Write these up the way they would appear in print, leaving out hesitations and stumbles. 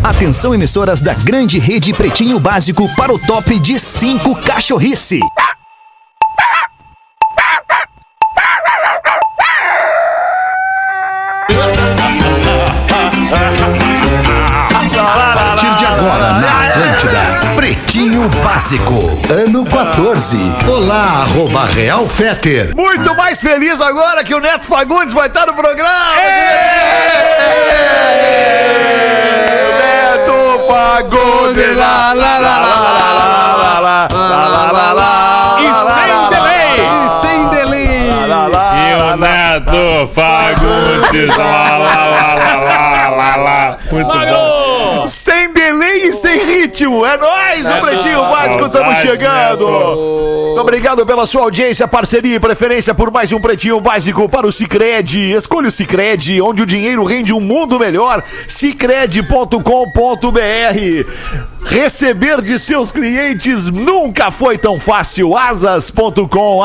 Atenção, emissoras da grande rede Pretinho Básico para o top de 5 cachorrice. A partir de agora, na Atlântida, Pretinho Básico, ano 14. Olá, @Real Fetter. Muito mais feliz agora que o Neto Fagundes vai estar no programa. Neto Fagundes. E sem delay. E o Neto Fagundes. Muito bom. Sem delay e sem ritmo. É nóis, no Pretinho Básico, estamos chegando. Muito obrigado pela sua audiência, parceria e preferência por mais um Pretinho Básico para o Sicredi. Escolha o Sicredi, onde o dinheiro rende um mundo melhor. Sicredi.com.br. Receber de seus clientes nunca foi tão fácil. Asas.com,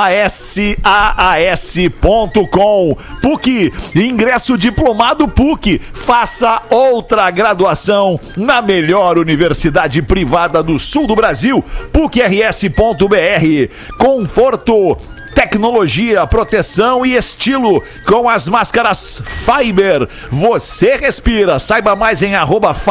ASAAS.com. PUC, ingresso diplomado PUC. Faça outra graduação na melhor universidade privada do sul do Brasil. PUCRS.br. Conforto, tecnologia, proteção e estilo com as máscaras Fiber. Você respira. Saiba mais em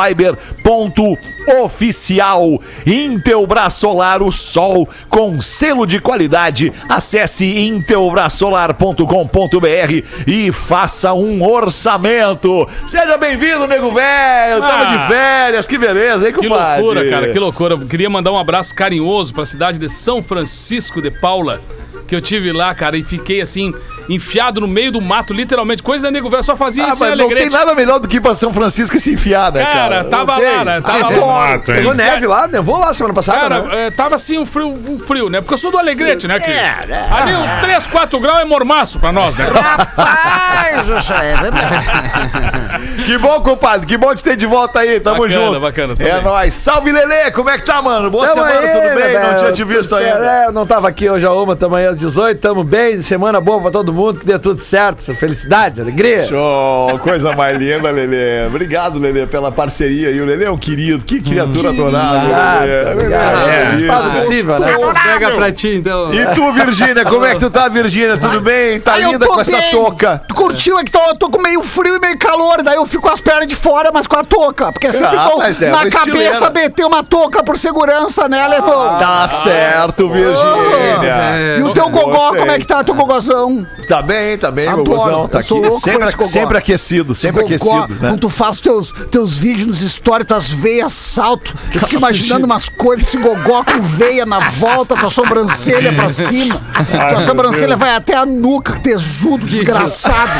@fiber.oficial. Intelbras Solar, o sol com selo de qualidade. Acesse intelbrasolar.com.br e faça um orçamento. Seja bem-vindo, nego velho. Tava de férias, que beleza, hein, compadre? Que loucura, cara, que loucura. Eu queria mandar um abraço carinhoso pra cidade de São Francisco de Paula, que eu tive lá, cara, e fiquei assim, enfiado no meio do mato, literalmente. Coisa da nego velho, só fazia isso em mas Alegrete. não tem nada melhor do que ir pra São Francisco e se enfiar, né, cara? Cara, tava lá, né? Tava lá. Pegou neve lá, nevou lá semana passada, Cara, né? tava assim um frio, né? Porque eu sou do Alegrete, né, querido? Ali uns 3, 4 graus é mormaço pra nós, né? Rapaz, isso é verdade. Que bom, compadre. Que bom te ter de volta aí. Tamo Bacana, junto. bacana, É também. nóis. Salve, Lelê. Como é que tá, mano? Boa Tamo semana, aí, tudo bem? velho, Não tinha te visto tudo certo. ainda. Eu não tava aqui hoje a uma, tamo aí às 18, tamo bem, semana boa pra todo mundo, que dê tudo certo, felicidade, alegria. Show. Coisa mais linda, Lelê. Obrigado, Lelê, pela parceria aí. O Lelê é um querido. Que criatura adorável, Lelê. Lelê, Faz o possível, né? Pega pra ti, então. E tu, Virgínia, como é que tu tá, Virgínia? Tudo bem? Tá linda com essa touca. Tu curtiu? É que eu tô com meio frio e meio calor, daí eu fico com as pernas de fora, mas com a touca. Porque sempre mas é na uma cabeça estileira. meter uma touca por segurança, né, alemão? Tá certo, Virgínia. E o teu gogó, Gostei. como é que tá, teu gogozão? Tá bem, Adoro. gogozão. Tá Eu sou aqui. louco por esse gogó. Sempre aquecido, sempre Gogó, aquecido, né? quando tu faz teus vídeos nos stories, tuas veias salto, eu fico imaginando umas coisas, esse gogó com veia na volta, tua sobrancelha pra cima, tua sobrancelha vai até a nuca, tesudo, desgraçado.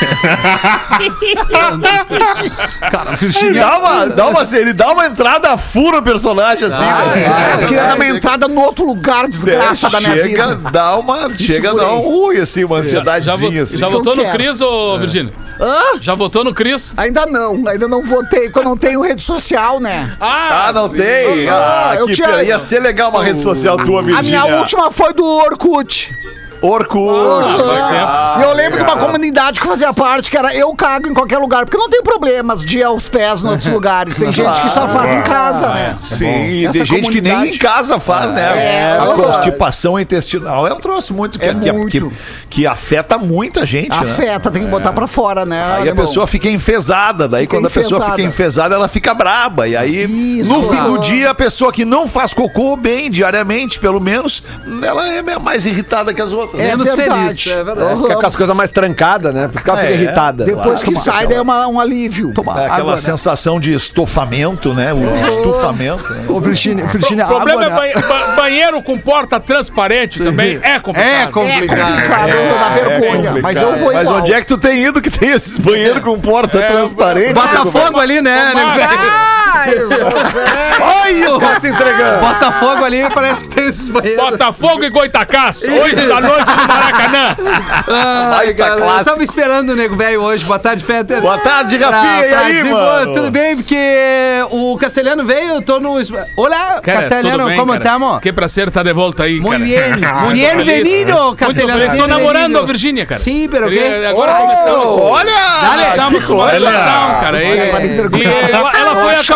Cara, Virgínia. Ele dá uma entrada full no personagem, assim, né? Eu queria dar uma entrada no outro lugar, desgraça da minha vida. Chega a dar um ruim, assim, uma ansiedadezinha, assim. Já que eu votou no quero. Cris, ô Virgínia? Hã? Já votou no Cris? Ainda não votei, porque eu não tenho rede social, né? Ah, não tem? Eu Que tinha- pena. Ia ser legal uma rede social tua, A Virgínia. minha última foi do Orkut. Orkut. faz tempo. E eu lembro de uma comunidade que fazia parte, que era eu cago em qualquer lugar, porque não tem problemas de ir aos pés nos outros lugares. Tem gente que só faz em casa, né? Sim, e Essa tem gente que nem comunidade- em casa faz, né? A eu constipação intestinal é um troço muito que, É muito. que afeta muita gente, né? Afeta, tem que botar pra fora, né? Aí a alemão? pessoa fica enfesada, daí Fica quando a pessoa enfesada. fica enfesada, ela fica braba. E aí, Isso, no fim do claro. dia, a pessoa que não faz cocô bem, diariamente, pelo menos, ela é mais irritada que as outras. É né? Menos verdade. feliz, é verdade. Fica com as coisas mais trancadas, né? Por isso que ela fica irritada. Depois que sai, daí é um alívio. É aquela sensação de estofamento, né? O estufamento. Né? Ô, Virgínia, O problema água, é banheiro com porta transparente também. É complicado. É complicado. Complicado, dá vergonha. Mas eu vou Mas igual. onde é que tu tem ido que tem esses banheiros com porta transparente? Botafogo ali, né, nego velho? Ai, Olha os caras se entregando. Botafogo ali parece que tem esses banheiros. Botafogo e Goitacás, 8 da noite no Maracanã. Ai, Baita cara, eu clássico. tava esperando o nego velho hoje. Boa tarde, Fetter. Boa tarde, Rafinha. E aí, dizer, mano? pô, tudo bem? Porque o Castelhano veio, eu tô no... Olá, Cara, Castelhano, tudo bem, como cara? estamos? Que prazer tá de volta aí, Muy cara. bien, muy bien Muito feliz. venido, Muito Castelhano. feliz. Estou Bienvenido. namorando a Virgínia, cara. Sim, pero quê? Agora começamos. Olha! Começamos uma olha! relação, cara. E ela foi a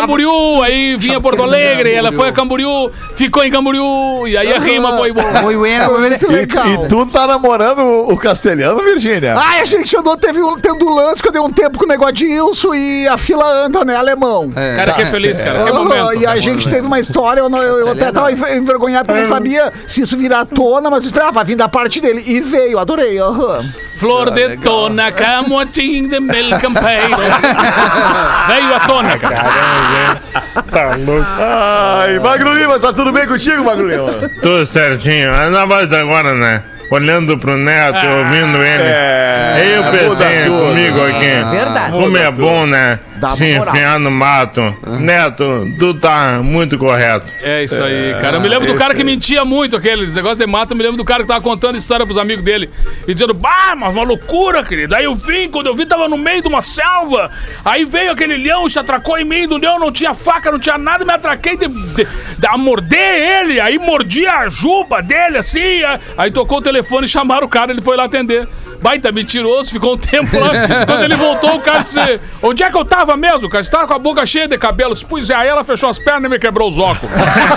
Camboriú, aí vinha Porto Alegre, ela foi a Camboriú, ficou em Camboriú, e aí a rima foi boa. Muy bueno, muy bueno. Muito legal. E tu tá namorando o castelhano, Virgínia? Ai, a gente andou tendo lance que eu dei um tempo com o negócio de Ilso e a fila anda, né, alemão? Cara, que é feliz, cara. Que momento. E a gente teve uma história, eu até tava envergonhado porque eu não sabia se isso virar à tona, mas eu esperava, vai vir da parte dele. E veio, adorei. Flor de tona, camotim de mel campeiro. Veio à tona, cara. Tá louco. Ai, Magro Lima, tá tudo bem contigo, Magro Lima? Tudo certinho. Ainda mais agora, né? Olhando pro Neto, ouvindo ele. Eu pensei comigo aqui. Verdade. Como é bom, né? Dá Se uma moral. enfiar no mato. Neto, tu tá muito correto. É isso aí, cara. Eu me lembro do cara que mentia muito, aquele negócio de mato. Eu me lembro do cara que tava contando história pros amigos dele e dizendo, mas uma loucura, querido. Aí quando eu vi, tava no meio de uma selva. Aí veio aquele leão, se atracou em mim. Do leão não tinha faca, não tinha nada. Me atraquei a morder ele. Aí mordi a juba dele, assim. Aí tocou o telefone e chamaram o cara. Ele foi lá atender. Baita mentiroso, ficou um tempo lá. Quando ele voltou, o cara disse, onde é que eu tava mesmo, cara? Você tava com a boca cheia de cabelo. Pois é, aí ela fechou as pernas e me quebrou os óculos.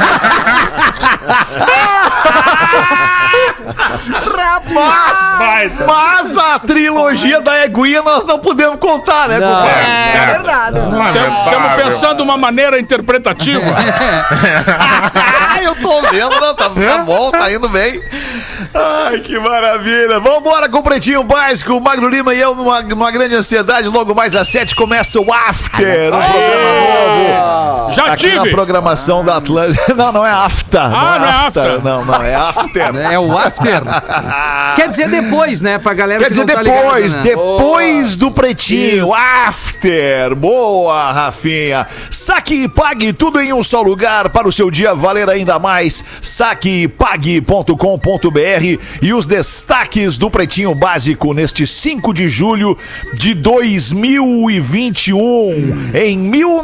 Mas a trilogia da Eguinha nós não podemos contar, né, compadre? É verdade. Estamos pensando uma maneira interpretativa. Eu tô vendo, não, tá bom, tá indo bem. Ai, que maravilha. Vambora com o Pretinho Básico, o Magro Lima e eu numa grande ansiedade. Logo mais às 7 começa o After, um programa novo. Já Aqui na tive. programação da Atlântida. Não é After. Não é After. Não, é After. É o after. Quer dizer depois, né? Pra galera Quer que dizer, não tá ligada, né? depois do Pretinho, After. Boa, Rafinha. Saque e pague tudo em um só lugar para o seu dia valer ainda mais. saquepague.com.br e os destaques do Pretinho Básico neste 5 de julho de 2021. Em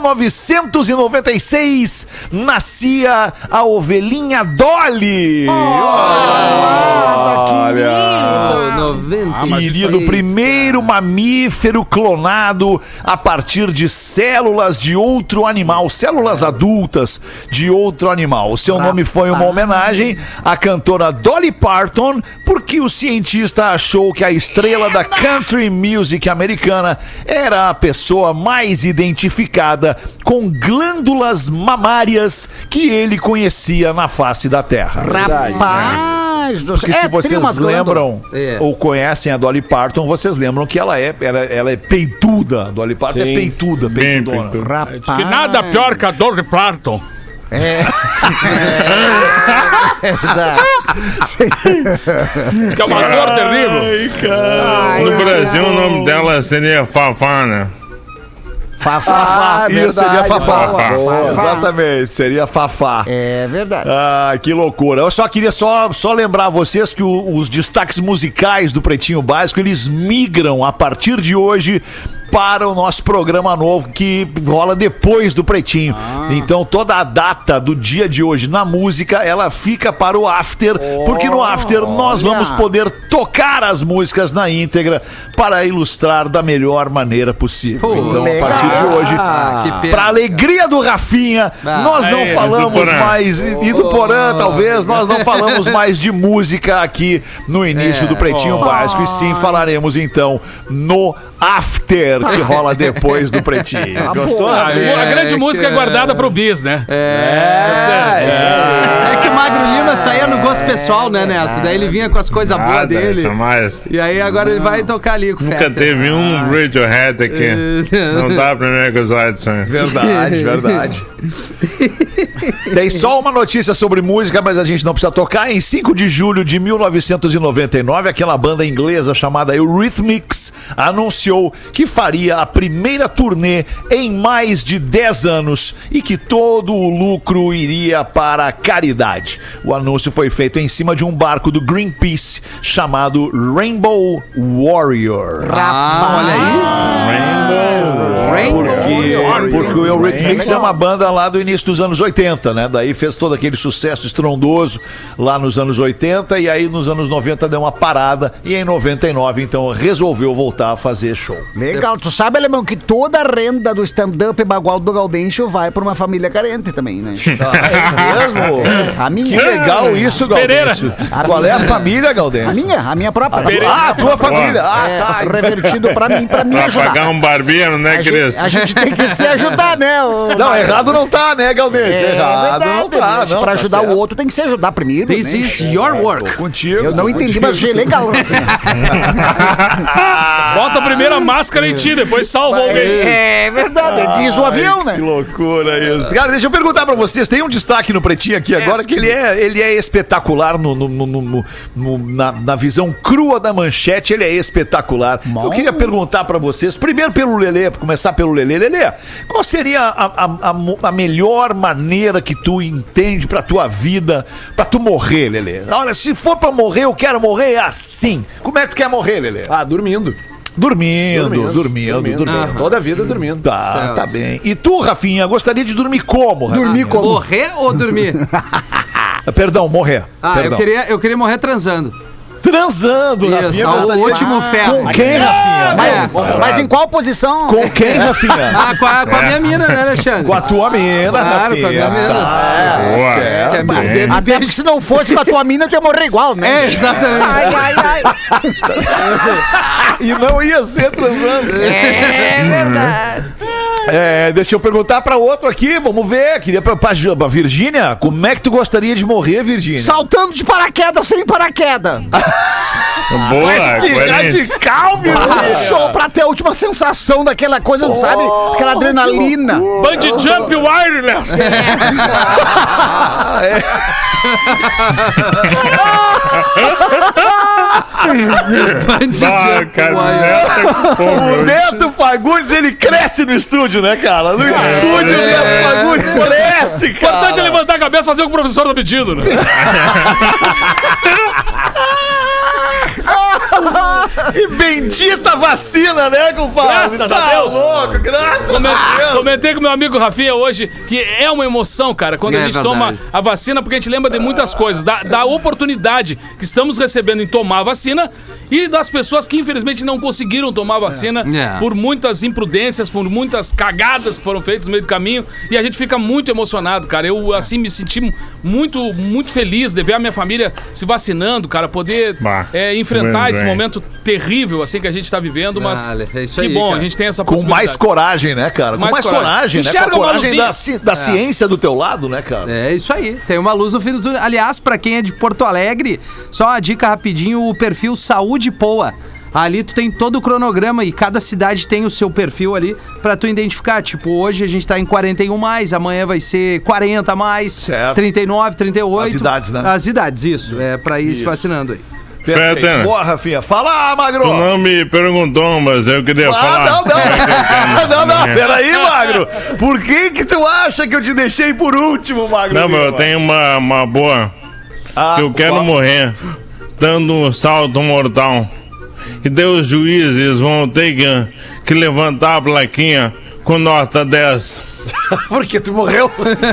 1996, nascia a ovelhinha Dolly. Querido, primeiro mamífero clonado a partir de células de outro animal, células adultas de outro animal. O seu nome foi uma homenagem à cantora Dolly Parton, porque o cientista achou que a estrela da country music americana era a pessoa mais identificada com glândulas mamárias que ele conhecia na face da Terra. Rapaz, Porque se vocês lembram ou conhecem a Dolly Parton, vocês lembram que ela é peituda. A Dolly Parton é peituda, Bem peitudona. peituda. Rapaz. Que nada pior que a Dolly Parton. Que é uma dor terrível. No Brasil, o nome dela seria Fafá, né? Fafá. Isso, seria Fafá. Boa. Exatamente, seria Fafá. É verdade. Ah, que loucura. Eu só queria só lembrar a vocês que os destaques musicais do Pretinho Básico, eles migram a partir de hoje para o nosso programa novo que rola depois do Pretinho. Então toda a data do dia de hoje na música, ela fica para o After, porque no After nós vamos poder tocar as músicas na íntegra para ilustrar da melhor maneira possível. Então, a partir de hoje, para alegria do Rafinha, nós não falamos mais, e do Porã talvez, nós não falamos mais de música aqui no início do Pretinho Básico, e sim falaremos então no After, que rola depois do Pretinho. Gostou? A grande música é guardada pro bis, né? É que o Magro Lima saía no gosto pessoal, né, Neto? Daí ele vinha com as coisas boas dele. Jamais. E aí agora ele vai tocar ali com o Nunca teve um Radiohead aqui. Não dá pra me acusar disso aí. Verdade. Tem só uma notícia sobre música, mas a gente não precisa tocar. Em 5 de julho de 1999, aquela banda inglesa chamada Eurythmics anunciou que faria a primeira turnê em mais de 10 anos e que todo o lucro iria para a caridade. O anúncio foi feito em cima de um barco do Greenpeace chamado Rainbow Warrior. Olha aí. Rainbow Porque o Eurythmics é uma banda lá do início dos anos 80, né? Daí fez todo aquele sucesso estrondoso lá nos anos 80 e aí nos anos 90 deu uma parada e em 99 então resolveu voltar a fazer show. Legal, tu sabe, Alemão, que toda a renda do stand-up bagual do Gaudêncio vai pra uma família carente também, né? É mesmo? A minha. Que legal isso, Gaudêncio. Qual é a família, Gaudêncio? A minha própria. A tua família. Revertido pra mim Pra ajudar. pagar um barbeiro, né, Cris? A gente tem que se ajudar, né? Não, errado não tá, né, Gaudêncio? Errado não tá, não. Pra tá ajudar certo. o outro tem que se ajudar primeiro. This né? is your work. Contigo. Eu não entendi, mas achei legal, Rafinha. Bota a primeira máscara em ti, depois salva alguém. É verdade, diz o avião, né? Que loucura isso. Cara, deixa eu perguntar pra vocês, tem um destaque no Pretinho aqui agora que ele é espetacular na visão crua da manchete, ele é espetacular. Eu queria perguntar pra vocês, primeiro pelo Lelê, pra começar pelo Lelê. Lelê, qual seria a melhor maneira que tu entende pra tua vida, pra tu morrer, Lelê? Olha, se for pra morrer, eu quero morrer assim. Como é que tu quer morrer, Lelê? Dormindo. Dormindo. Toda a vida dormindo. Tá bem. E tu, Rafinha, gostaria de dormir como, Rafinha? Dormir como? Morrer ou dormir? Perdão, morrer. Perdão. Eu queria morrer transando. Transando, Isso, Rafinha. o gostaria- último ferro. Com quem, Rafinha? Mas em qual posição? Com quem, Rafinha? Com a minha mina, né, Alexandre? Com a tua mina, Claro, Rafinha. com a minha mina. Boa. Quer beber, Até porque se não fosse com a tua mina, tu ia morrer igual, né? É, exatamente. Ai. E não ia ser transando. É verdade. Deixa eu perguntar pra outro aqui, vamos ver. Queria pra Virgínia, como é que tu gostaria de morrer, Virgínia? Saltando de paraquedas sem paraquedas. Boa, coerente. Radical, Virgínia. Show pra ter a última sensação daquela coisa, sabe? Aquela adrenalina. Bungee jump wireless. O Neto Fagundes, ele cresce no estúdio, né, cara? No estúdio, o Neto Fagundes cresce, O importante é cara. levantar a cabeça e fazer o que o professor tá pedindo, né? E bendita vacina, né, compadre? Graças a Deus. Louco, graças a Deus. Comentei com meu amigo Rafinha hoje que é uma emoção, cara, quando a gente verdade. toma a vacina, porque a gente lembra de muitas coisas, da oportunidade que estamos recebendo em tomar a vacina e das pessoas que infelizmente não conseguiram tomar a vacina por muitas imprudências, por muitas cagadas que foram feitas no meio do caminho, e a gente fica muito emocionado, cara. Eu, assim, me senti muito, muito feliz de ver a minha família se vacinando, cara, poder enfrentar esse momento terrível, assim, que a gente tá vivendo, mas é isso que aí, bom, cara. a gente tem essa Com possibilidade. mais coragem, né, cara? Com mais coragem, né? Enxerga Com a uma coragem luzinha. da ciência do teu lado, né, cara? É isso aí, tem uma luz no fim do túnel. Aliás, pra quem é de Porto Alegre, só uma dica rapidinho, o perfil Saúde Poa. Ali tu tem todo o cronograma e cada cidade tem o seu perfil ali pra tu identificar. Tipo, hoje a gente tá em 41 mais, amanhã vai ser 40 mais, Certo. 39, 38. As idades, né? As idades, isso. É pra ir se vacinando aí. Perfeito. Feta. Boa, Rafinha. Fala, Magro. Tu não me perguntou, mas eu queria falar. Não, peraí, Magro. Por que tu acha que eu te deixei por último, Magro? Não, mas eu tenho uma boa. Que eu quero morrer dando um salto mortal. E daí os juízes vão ter que levantar a plaquinha com nota 10. Porque tu morreu.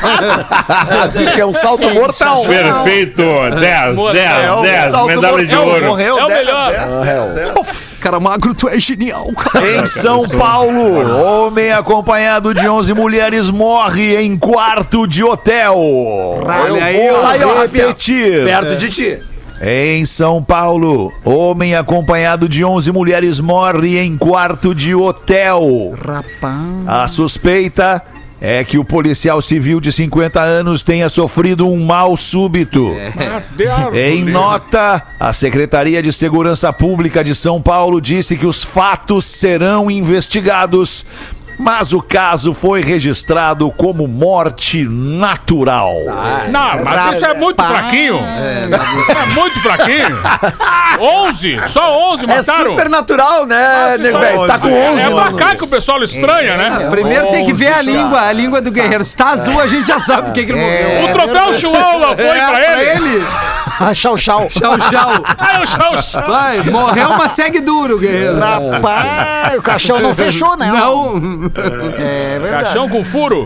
Assim que é um salto mortal. Perfeito! 10, 10, salto medalha de mortal. ouro. Morreu, É o 10, melhor. 10. Cara, Magro, tu é genial, cara. Em São Paulo, homem acompanhado de 11 mulheres morre em quarto de hotel. Olha aí, Eu ó. vou repetir. Perto de ti. Em São Paulo, homem acompanhado de 11 mulheres morre em quarto de hotel. Rapaz. A suspeita é que o policial civil de 50 anos tenha sofrido um mal súbito. Em nota, a Secretaria de Segurança Pública de São Paulo disse que os fatos serão investigados, mas o caso foi registrado como morte natural. Não, mas isso é muito fraquinho. É muito fraquinho. 11, só 11 É mataram. super natural, né, nego velho? Tá com 11. É pra cá que o pessoal estranha, né? Primeiro tem que ver a língua do guerreiro. Se tá azul, a gente já sabe por que ele morreu. O troféu Chihuahua foi pra ele. Tchau. Tchau. Ah, o chau. Vai, morreu, mas segue duro, guerreiro. Rapaz, o caixão não fechou, né? Não. É verdade. Caixão com furo.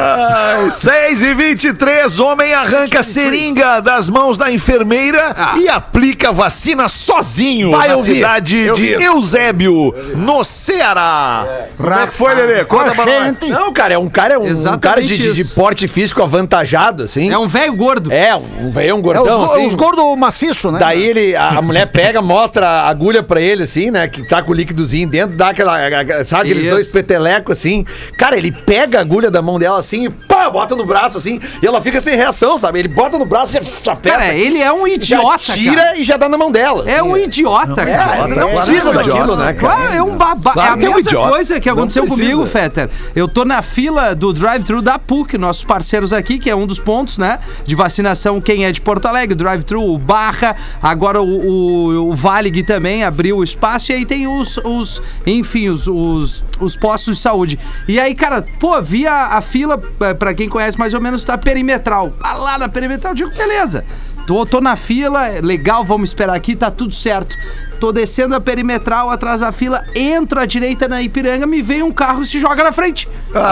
6h23, homem arranca seringa das mãos da enfermeira e aplica vacina sozinho na cidade de Eusébio, no Ceará. Como é que foi, Lelê? Conta pra nós. Gente, Não, cara, é um cara Exatamente de isso. porte físico avantajado, assim. É um velho gordo. Um velho, um gordão, assim. os gordos maciços, né? Daí a mulher pega, mostra a agulha pra ele, assim, né? Que tá com o líquidozinho dentro, dá sabe aqueles Isso. dois petelecos, assim. Cara, ele pega a agulha da mão dela, assim, e pá, bota no braço, assim, e ela fica sem reação, sabe? Ele bota no braço e já aperta. Cara, ele é um já idiota, tira cara. e já dá na mão dela. É um idiota, cara. Não precisa daquilo, né, cara? Claro, é um babaca. Claro É a que é um mesma idiota. coisa que aconteceu Não precisa. comigo, Fetter. Eu tô na fila do drive-thru da PUC, nossos parceiros aqui, que é um dos pontos, né? De vacinação, quem é de Porto Alegre, o drive-thru, o Barra, agora o Valig também abriu o espaço, e aí tem os postos de saúde. E aí, cara, pô, vi a fila, pra quem conhece mais ou menos, tá perimetral. Tá lá na perimetral, eu digo, beleza. Tô na fila, legal, vamos esperar aqui, tá tudo certo. Tô descendo a perimetral, atrás da fila, entro à direita na Ipiranga, me vem um carro e se joga na frente.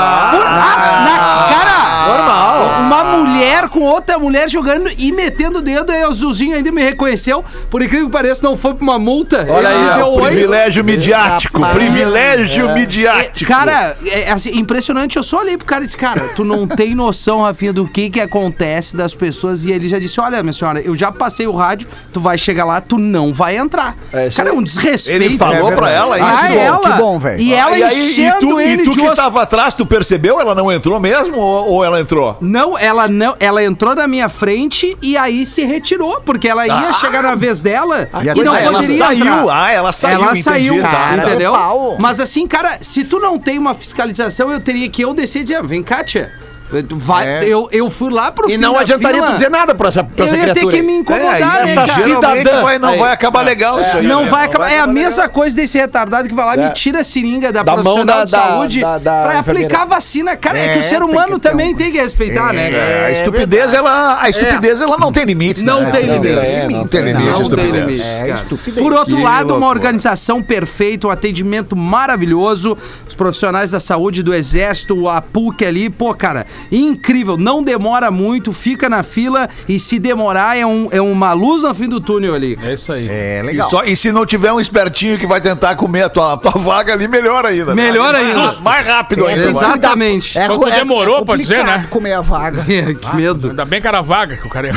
Cara, normal. Uma mulher com outra mulher jogando e metendo o dedo, aí o Zuzinho ainda me reconheceu. Por incrível que pareça, não foi pra uma multa. Olha Ele aí, me ó, deu oi. Privilégio midiático, privilégio midiático. Cara, é assim, impressionante. Eu só olhei pro cara e disse, cara, tu não tem noção, Rafinha, do que acontece das pessoas. E ele já disse, olha, minha senhora, eu já passei o rádio, tu vai chegar lá, tu não vai entrar. Cara, é um desrespeito. Ele falou pra ela isso? ela. Que bom, velho. E ela enchendo ele e tu de que os- tava atrás, tu percebeu? Ela não entrou mesmo ou ela entrou? Não, ela entrou na minha frente e aí se retirou, porque ela ia chegar na vez dela e não ela poderia saiu. entrar. Ela saiu, Ela entendi, saiu, cara. entendeu? Pau. Mas assim, cara, se tu não tem uma fiscalização, eu teria que descer e dizer, vem cá, tia. Vai, eu fui lá pro E fim não da adiantaria fila. tu dizer nada pra essa Eu ia ter criatura que aí. me incomodar, né, essa cara? geralmente cidadã. não vai acabar legal isso aí. Não né? vai acabar. É a mesma coisa desse retardado que vai lá e me tira a seringa da Da mão profissional de saúde da pra enfermeira. aplicar a vacina. Cara, é que o ser tem humano que ter também tem que respeitar, né? A estupidez, ela não tem limites. Não né? tem limites. Não tem limite, a Não tem estupidez. limites, cara. estupidez. Por outro Que lado, uma loucura. organização perfeita, um atendimento maravilhoso. Os profissionais da saúde, do Exército, a PUC ali, pô, cara, incrível. Não demora muito, fica na fila e se demorar é uma luz no fim do túnel ali. É isso aí. É legal. E se não tiver um espertinho que vai tentar comer a tua vaga ali, melhor ainda. Melhor ainda. Mais rápido ainda. vai. Exatamente. Só que demorou pra dizer, complicado né? comer a vaga. Que medo. Ainda bem que era vaga que o cara ia.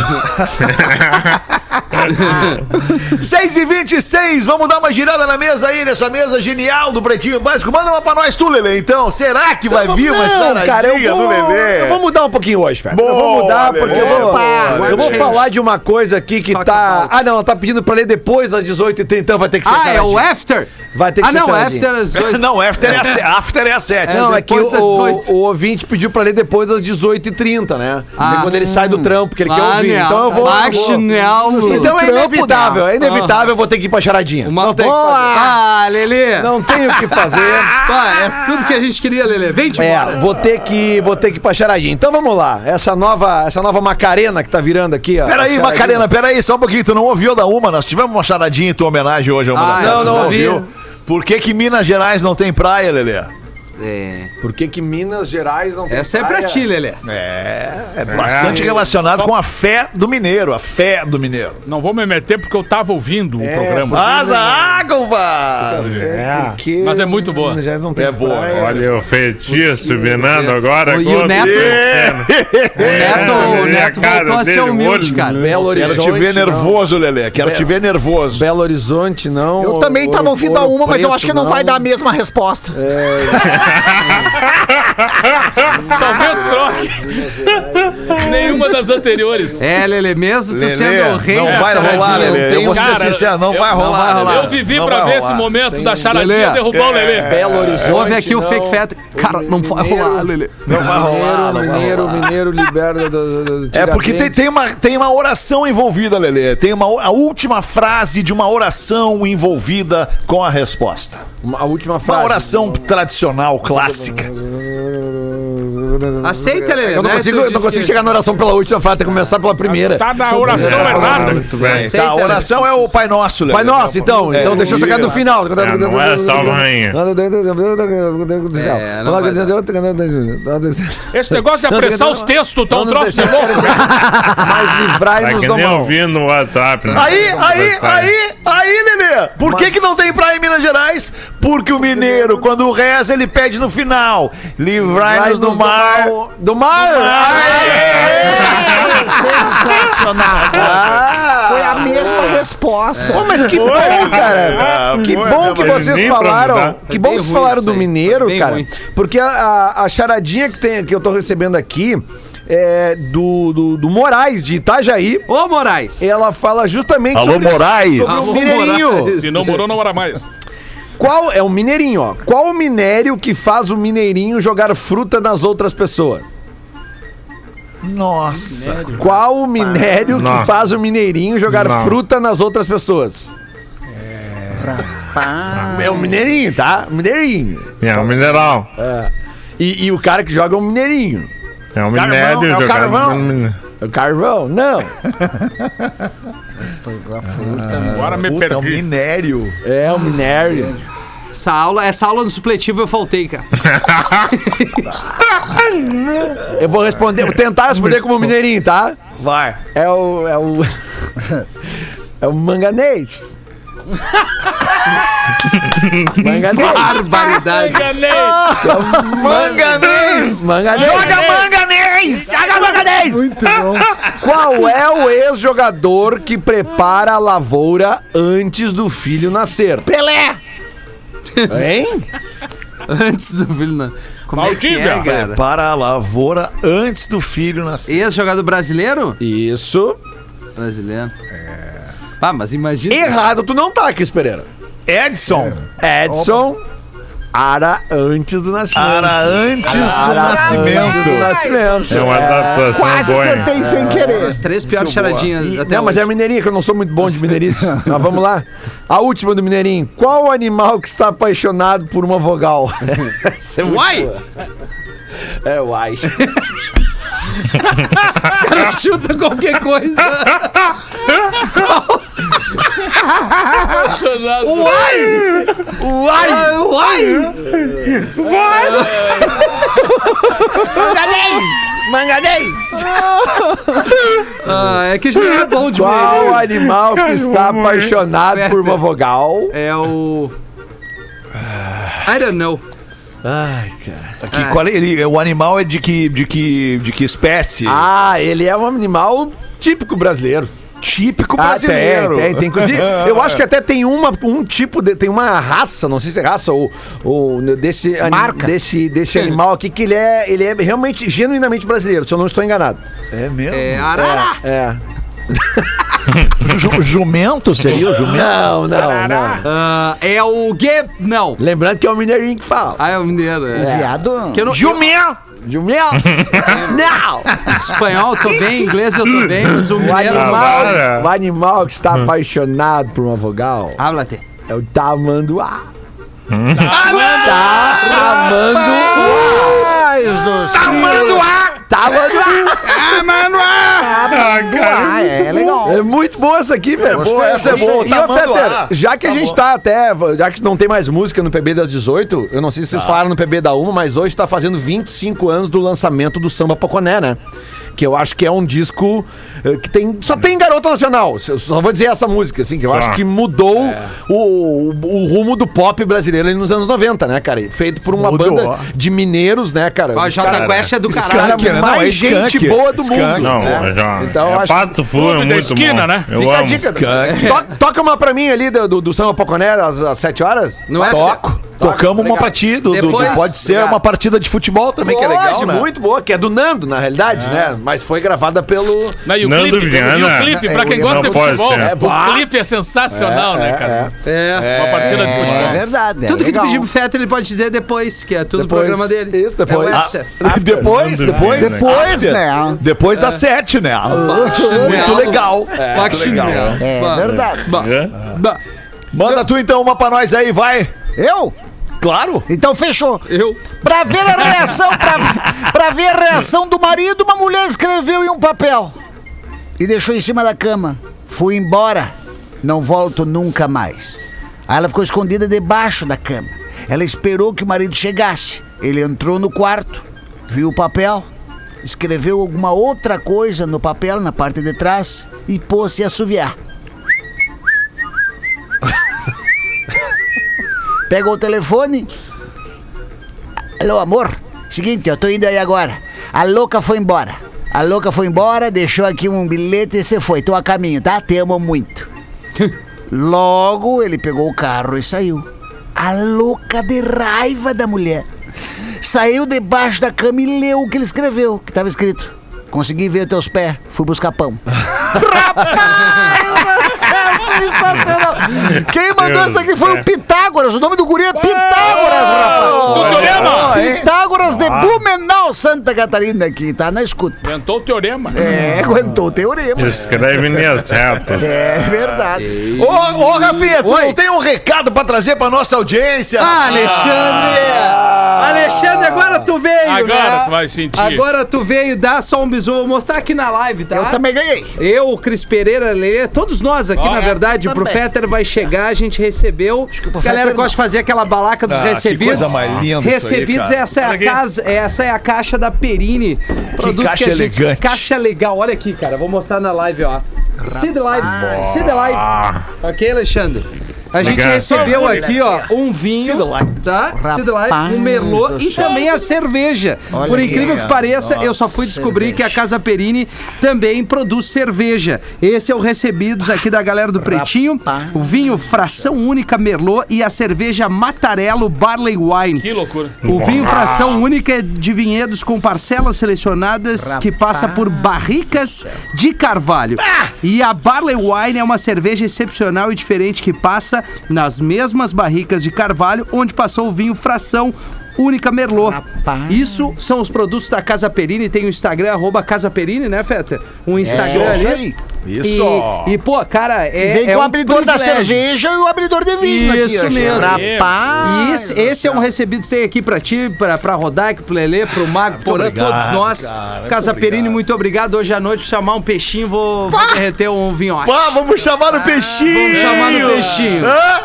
6h26, vamos dar uma girada na mesa aí, nessa mesa genial do Pretinho Básico. Manda uma pra nós tu, Lelê, então. Será que vai vir uma charadinha do Lelê? Eu vou mudar um pouquinho hoje, velho. Eu Boa, vou mudar Lelê. porque eu vou Change. falar de uma coisa aqui que Toca tá... a Ah, não, ela tá pedindo pra ler depois das 18h30, então vai ter que ser Ah, é o charadinha. after? Vai ter que Ah, ser não, charadinha. after às 8. Não, after é a 7. Não, é que depois das 8. o ouvinte pediu pra ler depois das 18h30, né? Ah. É quando ele sai do trampo, porque ele quer ouvir. Então eu vou... Então é inevitável, eu vou ter que ir pra charadinha. Não tem o que fazer. Ah, Lelê. Não tenho o que fazer. É tudo que a gente queria, Lelê. Vem-te embora. Vou ter que ir pra charadinha. Então vamos lá. Essa nova Macarena que tá virando aqui, ó. Peraí, a Macarena, peraí, só um pouquinho. Tu não ouviu da Uma? Nós tivemos uma charadinha em tua homenagem hoje. não ouvi. Por que Minas Gerais não tem praia, Lelê? Por que Minas Gerais não tem Essa é pra praia? ti, Lelê. É bastante relacionado com a fé do mineiro, Não vou me meter porque eu tava ouvindo o programa. Asa água! Porque Mas é muito boa. Minas Gerais não tem É boa. praia. Olha o feitiço virando agora. E o Neto, o Olha Neto a cara voltou a ser dele, humilde, olho. cara. Belo Quero Horizonte. te ver nervoso, Lelê. Quero te ver nervoso. Belo Horizonte, não. Eu também tava ouvindo a uma, mas eu acho que não vai dar a mesmo. mesma resposta. Talvez troque. Nenhuma das anteriores. É, Lelê, mesmo tu Lelê, sendo o rei não da vai rolar, charadinha, Lelê. tem Eu vou ser cara, sincero, não vai não vai rolar. rolar. Lelê. Eu vivi Não pra vai ver rolar. esse momento da charadinha Lelê. derrubar o Lelê. Belo Horizonte. Ouve aqui o não. Fake Fat. Cara, não vai rolar, Lelê. Não vai rolar, não vai rolar. Mineiro libera É porque tem uma oração envolvida, Lelê. Tem a última frase de uma oração envolvida com a resposta. A última frase. Uma oração tradicional, clássica. Aceita, Lelê. Eu não né? consigo, Tu disse que- chegar na oração pela última frase, tem que começar pela primeira. Tá na oração errada. Muito bem. Aceita, Tá, a oração é o Pai Nosso, Léo. Pai Nosso, então deixa eu chegar no final. Não é salva rainha. É, não vai Esse negócio de apressar os textos, tá um troço de louco. Mas Tá livrai-nos que do nem mal. ouvindo no WhatsApp, né? Aí, Lelê. Por que não tem praia em Minas Gerais? Porque o mineiro, quando reza, ele pede no final. Livrai-nos do mar. Do mar! Sensacional. Foi a mesma resposta. Pô, mas que bom, cara. Que bom que vocês nem pra falaram. mudar. Que bom bem que vocês ruim falaram isso do aí. mineiro, Bem cara. ruim. Porque a charadinha que eu tô recebendo aqui é do Moraes, de Itajaí. Ô, Moraes. Ela fala justamente Alô, sobre Moraes. o Alô, mineirinho. Moraes. Se não morou, não mora mais. Qual é o mineirinho, ó? Qual o minério que faz o mineirinho jogar fruta nas outras pessoas? Nossa. Qual o minério que Não. faz o mineirinho jogar Não. fruta nas outras pessoas? É o mineirinho, tá? Mineirinho. É um mineral. E o cara que joga é um mineirinho. É um Carvão, minério é o jogado carvão. no minério. É o carvão? Não. Agora me Puta, é um perdi. minério. É o minério. Essa aula no supletivo eu faltei, cara. Eu vou responder, vou tentar responder como mineirinho, tá? Vai. É o manganês. Manganês. Barbaridade. Enganei. Manganês. Manganês. Joga manganês. Joga manganês. Muito bom. Qual é o ex-jogador que prepara a lavoura antes do filho nascer? Pelé. Hein? Antes do filho. Como é que é, Maldívia. cara? Para a lavoura antes do filho nascer. Ex-jogador brasileiro? Isso. Brasileiro. Ah, mas imagina. Errado, tu não tá, Cris Pereira. Edson. Edson. Ara antes do nascimento. Para antes do Ara antes nascimento. do nascimento. É uma adaptação Quase boa. acertei sem querer. As três piores charadinhas até Não, mas hoje. é a mineirinha, que eu não sou muito bom de mineirice. Mas vamos lá. A última do mineirinho. Qual o animal que está apaixonado por uma vogal? Essa é muito Uai! boa. É, uai. Cara, chuta qualquer coisa. Apaixonado. Uai! Manganês! Ah, é que a gente não é bom de Qual meio. animal que está apaixonado por uma vogal? É o... I don't know. Ai, cara. Aqui, qual é ele? O animal é de que espécie? Ah, ele é um animal típico brasileiro. Típico brasileiro. Tem. Inclusive, eu acho que até tem um tipo, tem uma raça, não sei se é raça ou desse, Marca. desse animal aqui que ele é realmente, genuinamente brasileiro, se eu não estou enganado. É mesmo? É arara. É. Jumento seria o jumento? Não. Ah, é o Não. Lembrando que é o mineirinho que fala. Ah, é o mineiro. É. Viado. Que eu não... Jumento! Jumel! Não! Espanhol eu tô bem, inglês eu tô bem, mas o mineiro... para. O animal que está apaixonado por uma vogal Háblate. é o tamanduá. Tamanduá! Ah, é legal. É muito bom essa aqui, velho. Boa, essa é boa, E, ó, tamanduá. Fetter, já que a gente tá até, já que não tem mais música no PB das 18, eu não sei se vocês falaram no PB da 1, mas hoje tá fazendo 25 anos do lançamento do Samba Poconé, né? Que eu acho que é um disco que só tem garota nacional. Eu só vou dizer essa música, assim, que eu acho que mudou o rumo do pop brasileiro ali nos anos 90, né, cara? Feito por uma Mudou. banda de mineiros, né, cara? Ó, Jota Quest é do Os caralho. caras Skunk, né? mais Não, é gente Skunk. boa do Skunk. mundo. Não, né? já. Então, eu é acho Pato Fu, é Clube da muito esquina, bom. né? Eu Fica a amo. dica. Toca uma pra mim ali do Samba Poconé às 7 horas. Não é? Toco. Tocamos uma pra ti. Depois- pode ser Obrigado. uma partida de futebol também, que é legal, Pode, né? muito boa, que é do Nando, na realidade, né? Mas foi gravada pelo... Não, e o Nando clipe, Viana. pra quem gosta Não de pode futebol, ser. o clipe é sensacional, né, cara? É. Uma partida de futebol. É verdade. Tudo que tu legal. pedir pro Fetter, ele pode dizer depois, que é tudo Depois. do programa dele. Isso, depois. É o After. Depois, Depois, after. Depois das 7, né? Muito legal. Muito legal. É verdade. É? Manda tu então uma pra nós aí, vai. Eu? Claro. Então fechou. Eu. Pra ver a reação, pra ver a reação do marido, uma mulher escreveu em um papel e deixou em cima da cama. Fui embora, não volto nunca mais. Aí ela ficou escondida debaixo da cama. Ela esperou que o marido chegasse. Ele entrou no quarto, viu o papel, escreveu alguma outra coisa no papel, na parte de trás, e pôs-se a assoviar. Pegou o telefone. Alô, amor? Seguinte, eu tô indo aí agora. A louca foi embora. A louca foi embora, deixou aqui um bilhete e você foi. Tô a caminho, tá? Te amo muito. Logo, ele pegou o carro e saiu. A louca de raiva da mulher saiu debaixo da cama e leu o que ele escreveu, que tava escrito: consegui ver teus pés, fui buscar pão. Rapaz, sensacional. Quem mandou isso aqui foi o Pitágoras. O nome do guri é Pitágoras, rapaz. Do teorema. Pitágoras de Blumenau, Santa Catarina, aqui, tá na escuta. Inventou o teorema. É, aguentou o teorema. Escreve minhas retas. É verdade. Ô, Rafinha, tu não tem um recado pra trazer pra nossa audiência? Alexandre, agora tu veio, Agora né? tu vai sentir. Agora tu veio, dá só um bisu. Vou mostrar aqui na live, tá? Eu também ganhei. Eu, o Cris Pereira, Lelê, todos nós aqui, na verdade, também. pro Fetter vai chegar, a gente recebeu. que o Galera Fetter gosta de fazer aquela balaca dos recebidos. que coisa mais linda Recebidos, isso aí, cara. essa é a casa, essa é a caixa da Perini. Produto caixa que a gente, elegante. caixa legal, olha aqui, cara, vou mostrar na live, ó. See the live, see the live. Ok, Alexandre? A gente Obrigado. recebeu aqui, ó, um vinho, tá? See the live, um merlot e também a cerveja. Olha Por aí, incrível que ó. pareça, eu só fui descobrir que a Casa Perini também produz cerveja. Esse é o recebidos aqui da galera do Pretinho. O vinho Fração Única Merlot e a cerveja Mattarello Barley Wine. Que loucura. O vinho Fração Única é de vinhedos com parcelas selecionadas que passa por barricas de carvalho. E a Barley Wine é uma cerveja excepcional e diferente que passa nas mesmas barricas de carvalho onde passou o vinho Fração Única Merlot. Isso são os produtos da Casa Perini. Tem o Instagram, @Casa Perini, né, Feta? Um Instagram isso ali. aí. Isso. E, pô, cara, Vem com um o abridor da privilégio. cerveja e o abridor de vinho aqui. Isso ó, mesmo. Rapaz. E esse é um recebido que tem aqui pra ti, pra Rodak, pro Lelê, pro Mago, Porã, todos nós. Casa Perini, muito obrigado. Hoje à noite, chamar um peixinho, vou derreter um vinhote. Pá, vamos chamar no peixinho. Vamos chamar no peixinho.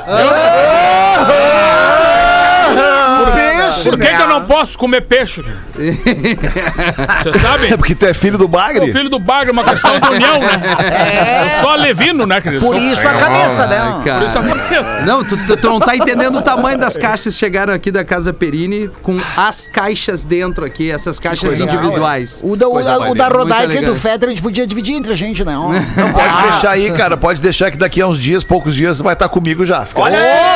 Por que eu não posso comer peixe? Você sabe? É porque tu é filho do Bagre? O filho do Bagre é uma questão de união, né? Eu sou alevino, né, querido? Por isso a cabeça, né? Cara. Por isso a cabeça. Não, tu não tá entendendo o tamanho das caixas que chegaram aqui da Casa Perini com as caixas dentro aqui, essas caixas individuais. O da Muito Rodaica e do elegante. Fetter a gente podia dividir entre a gente, né? Ó. Não pode deixar aí, cara. Pode deixar que daqui a uns dias, poucos dias, vai estar comigo já. Fica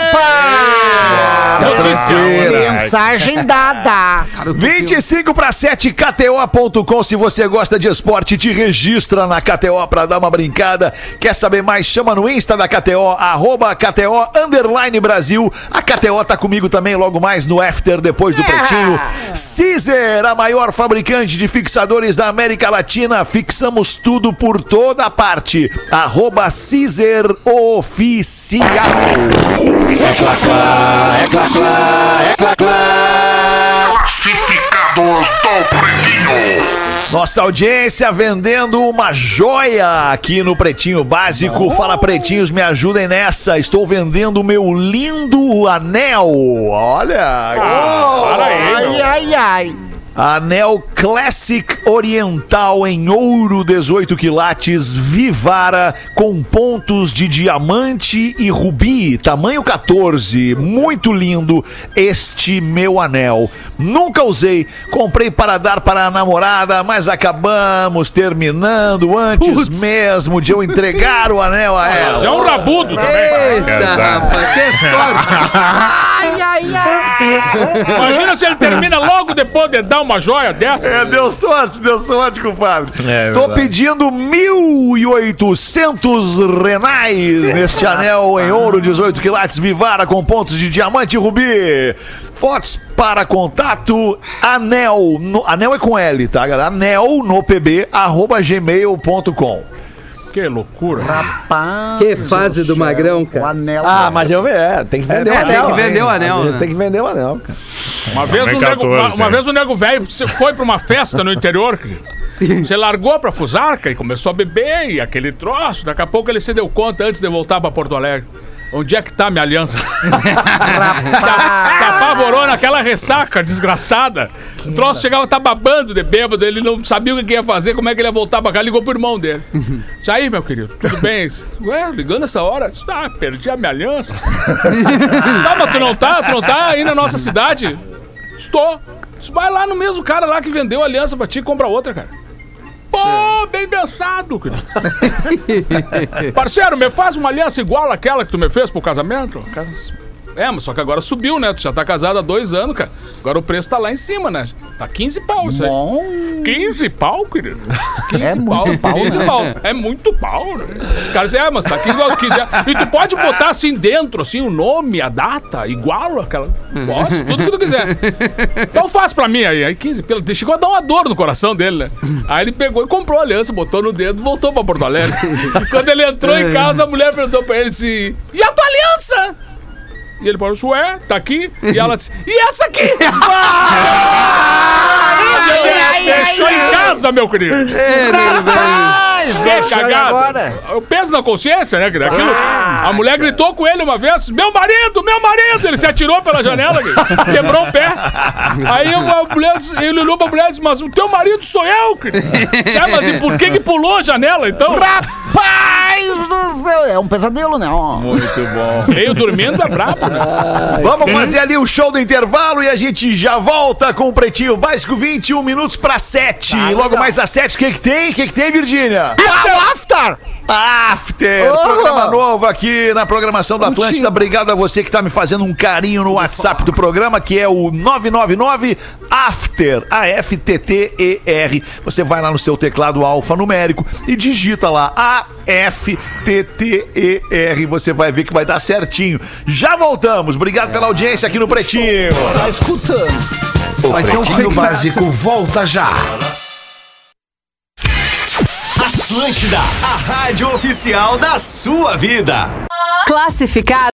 Notícia. Mensagem dada. 25/7, KTO.com. Se você gosta de esporte, te registra na KTO pra dar uma brincada. Quer saber mais? Chama no Insta da KTO, @KTO_Brasil. A KTO tá comigo também logo mais no After, depois do Pretinho. Caesar, a maior fabricante de fixadores da América Latina. Fixamos tudo por toda parte. @Caesar Oficial. Classificados do Pretinho. Nossa audiência vendendo uma joia aqui no Pretinho Básico. Fala, pretinhos, me ajudem nessa. Estou vendendo o meu lindo anel. Olha. Para aí, Ai, ai. Anel Classic Oriental em ouro 18 quilates, Vivara, com pontos de diamante e rubi, tamanho 14. Muito lindo este meu anel. Nunca usei, comprei para dar para a namorada, mas acabamos terminando antes mesmo de eu entregar o anel a ela. Já é um rabudo também. Eita, rapaz, que sorte. Ai, ai, ai. Imagina se ele termina logo depois de dar uma joia dessa. É, deu sorte, compadre. É Tô verdade. pedindo 1.800 renais neste anel em ouro 18 quilates Vivara com pontos de diamante e rubi. Fotos para contato anel é com L, tá, galera? Anel no pb @gmail.com. Que loucura. Rapaz. Que fase do Magrão, O cara. anel. Ah, mas tem que vender o anel. tem que vender o anel, Às vezes né? tem que vender o anel, cara. Uma vez o nego velho foi pra uma festa no interior, você largou pra Fusarca e começou a beber e aquele troço. Daqui a pouco ele se deu conta antes de voltar pra Porto Alegre. Onde é que tá minha aliança? se apavorou naquela ressaca desgraçada. O troço chegava a tá babando de bêbado, ele não sabia o que ia fazer, como é que ele ia voltar pra cá, ligou pro irmão dele. Isso aí, meu querido, tudo bem? Ué, ligando essa hora? Ah, perdi a minha aliança. Mas tu não tá aí na nossa cidade? Estou. Vai lá no mesmo cara lá que vendeu a aliança pra ti e compra outra, cara. Pô, bem pensado, querido. Parceiro, me faz uma aliança igual àquela que tu me fez pro casamento? Mas só que agora subiu, né? Tu já tá casado há 2 anos, cara. Agora o preço tá lá em cima, né? Tá 15 pau isso aí. Bom. 15 pau, querido? 15 É muito pau, 15 né? pau. É muito pau, né? Cara, mas tá aqui igual tu quiser. E tu pode botar assim dentro, assim, o nome, a data, igual aquela. Posso, tudo que tu quiser. Então faz pra mim aí. Aí 15 pelo. Chegou a dar uma dor no coração dele, né? Aí ele pegou e comprou a aliança, botou no dedo e voltou pra Porto Alegre. Quando ele entrou em casa, a mulher perguntou pra ele assim: e a tua aliança? E ele falou, ué, tá aqui. E ela disse, e essa aqui? Deixou em casa, meu querido. Que cagada. Eu penso na consciência, né? Aquilo, a mulher gritou com ele uma vez, meu marido! Ele se atirou pela janela, quebrou o pé. Aí ele olhou pra mulher e disse, mas o teu marido sou eu, querido. Mas e por que pulou a janela, então? Rapaz do céu. É um pesadelo, né? Muito bom. Meio dormindo é brabo, né? Vamos fazer ali o show do intervalo e a gente já volta com o Pretinho Básico, 21 minutos pra 7. Logo mais às 7, o que tem? O que tem, Virgínia? After! After! Programa novo aqui na programação da Atlântida. Obrigado a você que tá me fazendo um carinho no WhatsApp do programa, que é o 999 After, AFTTER. Você vai lá no seu teclado alfanumérico e digita lá AFTTER. Você vai ver que vai dar certinho. Já voltamos. Obrigado pela audiência aqui no Pretinho. Tá escutando. O Pretinho Básico volta já. Atlântida, a rádio oficial da sua vida. Classificado.